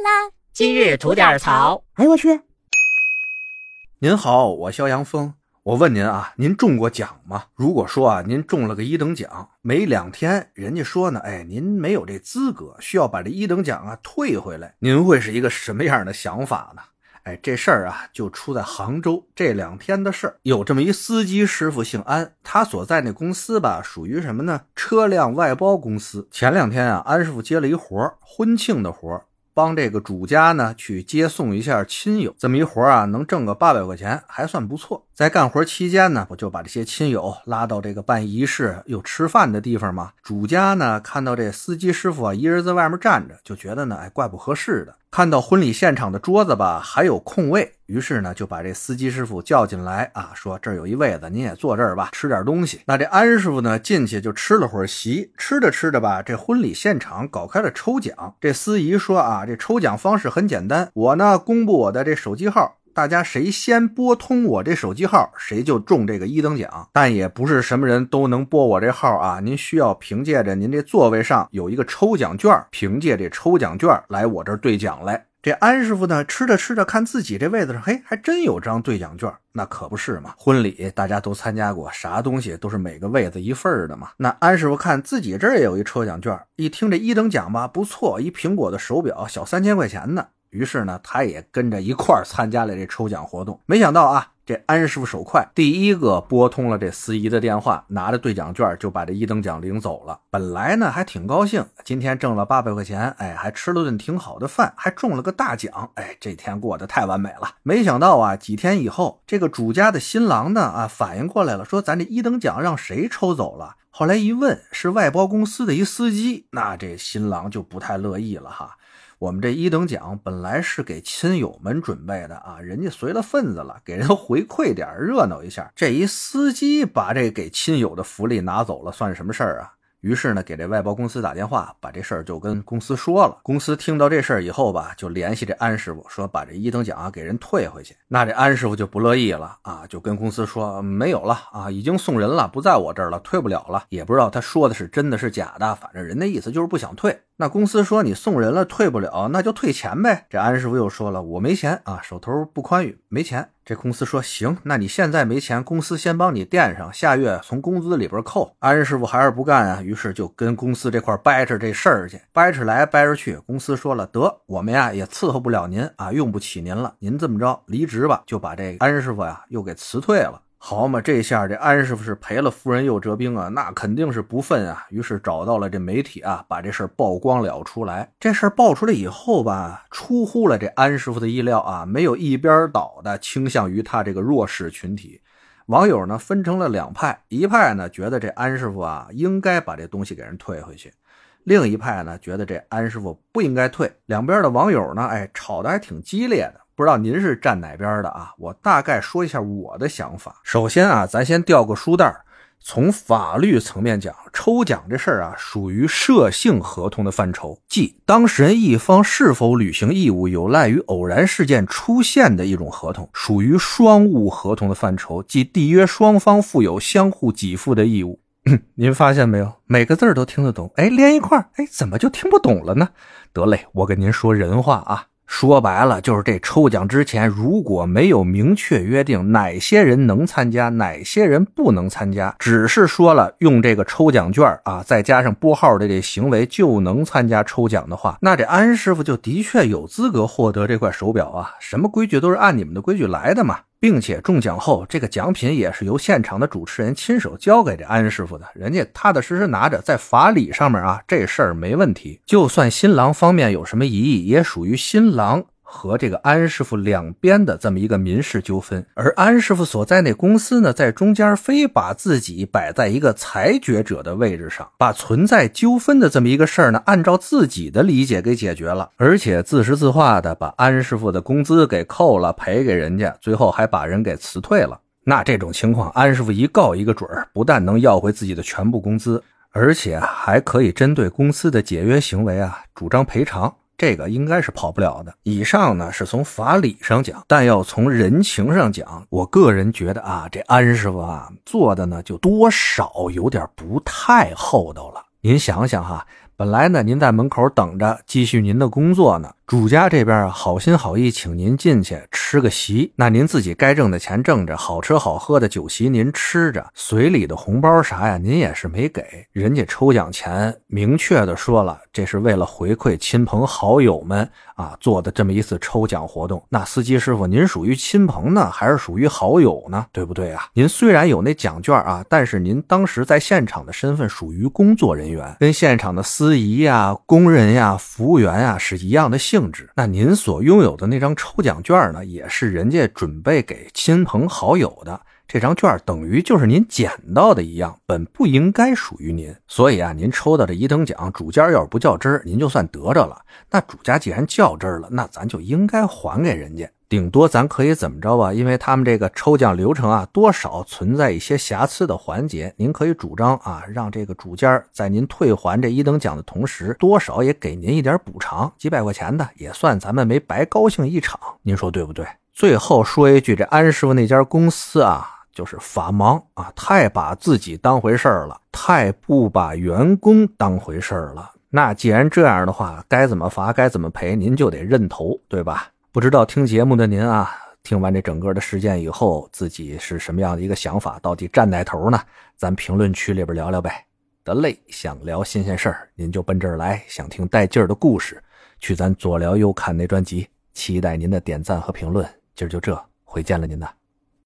啦，今日吐点槽。 哎呦我去！ 您好，我肖阳峰。我问您啊，您中过奖吗？如果说啊，您中了个1等奖，没2天人家说呢，您没有这资格，需要把这1等奖啊退回来，您会是一个什么样的想法呢？这事儿啊就出在杭州这2天的事儿。有这么一司机师傅姓安，他所在那公司吧属于什么呢？车辆外包公司。前2天啊，安师傅接了一活，婚庆的活，帮这个主家呢去接送一下亲友，这么一活啊能挣个800块钱，还算不错。在干活期间呢，我就把这些亲友拉到这个办仪式又吃饭的地方嘛。主家呢看到这司机师傅啊一人在外面站着，就觉得呢怪不合适的。看到婚礼现场的桌子吧还有空位，于是呢就把这司机师傅叫进来啊，说这儿有一位子，您也坐这儿吧，吃点东西。那这安师傅呢进去就吃了会儿席，吃着吃着吧，这婚礼现场搞开了抽奖。这司仪说啊，这抽奖方式很简单，我呢公布我的这手机号，大家谁先拨通我这手机号，谁就中这个1等奖。但也不是什么人都能拨我这号啊，您需要凭借着您这座位上有一个抽奖券，凭借这抽奖券来我这儿兑奖来。这安师傅呢吃着吃着看自己这位子上，还真有张兑奖券。那可不是嘛，婚礼大家都参加过，啥东西都是每个位子一份的嘛。那安师傅看自己这儿也有一抽奖券，一听这1等奖吧不错，一苹果的手表小3000块钱呢，于是呢他也跟着一块儿参加了这抽奖活动。没想到啊，这安师傅手快，第一个拨通了这司仪的电话，拿着兑奖券就把这1等奖领走了。本来呢还挺高兴，今天挣了800块钱，还吃了顿挺好的饭，还中了个大奖，这天过得太完美了。没想到啊，几天以后，这个主家的新郎呢反应过来了，说咱这1等奖让谁抽走了？后来一问，是外包公司的一司机，那这新郎就不太乐意了哈。我们这1等奖本来是给亲友们准备的啊，人家随了份子了，给人回馈点，热闹一下。这一司机把这给亲友的福利拿走了，算什么事儿啊？于是呢给这外包公司打电话，把这事儿就跟公司说了。公司听到这事儿以后吧，就联系这安师傅，说把这1等奖啊给人退回去。那这安师傅就不乐意了啊，就跟公司说没有了啊，已经送人了，不在我这儿了，退不了了。也不知道他说的是真的是假的，反正人的意思就是不想退。那公司说你送人了退不了，那就退钱呗。这安师傅又说了，我没钱啊，手头不宽裕，没钱。这公司说行，那你现在没钱，公司先帮你垫上，下月从工资里边扣。安师傅还是不干啊，于是就跟公司这块掰扯这事儿去，掰扯来掰扯去。公司说了，得我们呀也伺候不了您啊，用不起您了，您这么着离职吧，就把这安师傅呀又给辞退了。好嘛，这下这安师傅是赔了夫人又折兵啊，那肯定是不忿啊。于是找到了这媒体啊，把这事儿曝光了出来。这事儿爆出来以后吧，出乎了这安师傅的意料啊，没有一边倒的倾向于他这个弱势群体。网友呢分成了2派，一派呢觉得这安师傅啊应该把这东西给人退回去，另一派呢觉得这安师傅不应该退。两边的网友呢吵得还挺激烈的。不知道您是站哪边的啊？我大概说一下我的想法。首先啊，咱先调个书袋，从法律层面讲，抽奖这事儿啊，属于涉性合同的范畴，即当事人一方是否履行义务有赖于偶然事件出现的一种合同，属于双务合同的范畴，即缔约双方负有相互给付的义务。您发现没有，每个字都听得懂，连一块儿，怎么就听不懂了呢？得嘞，我跟您说人话啊。说白了就是这抽奖之前如果没有明确约定哪些人能参加哪些人不能参加，只是说了用这个抽奖券啊再加上拨号的这行为就能参加抽奖的话，那这安师傅就的确有资格获得这块手表啊，什么规矩都是按你们的规矩来的嘛。并且中奖后这个奖品也是由现场的主持人亲手交给这安师傅的，人家踏踏实实拿着，在法理上面啊这事儿没问题。就算新郎方面有什么异议，也属于新郎和这个安师傅两边的这么一个民事纠纷，而安师傅所在那公司呢，在中间非把自己摆在一个裁决者的位置上，把存在纠纷的这么一个事儿呢，按照自己的理解给解决了，而且自实自话的把安师傅的工资给扣了，赔给人家，最后还把人给辞退了。那这种情况，安师傅一告一个准儿，不但能要回自己的全部工资，而且还可以针对公司的解约行为啊主张赔偿。这个应该是跑不了的。以上呢是从法理上讲，但要从人情上讲，我个人觉得啊，这安师傅啊做的呢就多少有点不太厚道了。您想想哈，本来呢您在门口等着继续您的工作呢， 主家这边好心好意请您进去吃个席，那您自己该挣的钱挣着，好吃好喝的酒席您吃着，随礼的红包啥呀您也是没给。人家抽奖前明确的说了，这是为了回馈亲朋好友们做的这么一次抽奖活动。那司机师傅您属于亲朋呢还是属于好友呢？对不对啊？您虽然有那奖券但是您当时在现场的身份属于工作人员，跟现场的司仪工人服务员是一样的性质。那您所拥有的那张抽奖券呢，也是人家准备给亲朋好友的，这张券等于就是您捡到的一样，本不应该属于您。所以您抽到这一等奖，主家要是不较真儿，您就算得着了。那主家既然较真儿了，那咱就应该还给人家。顶多咱可以怎么着因为他们这个抽奖流程多少存在一些瑕疵的环节，您可以主张让这个主家在您退还这一等奖的同时，多少也给您一点补偿，几百块钱的，也算咱们没白高兴一场，您说对不对？最后说一句，这安师傅那家公司就是法盲太把自己当回事儿了，太不把员工当回事儿了。那既然这样的话，该怎么罚该怎么赔，您就得认头，对吧？不知道听节目的您听完这整个的事件以后，自己是什么样的一个想法，到底站哪头呢？咱评论区里边聊聊呗。得嘞，想聊新鲜事儿，您就奔这儿来；想听带劲儿的故事，去咱左聊右看那专辑。期待您的点赞和评论。今儿就这，回见了您的。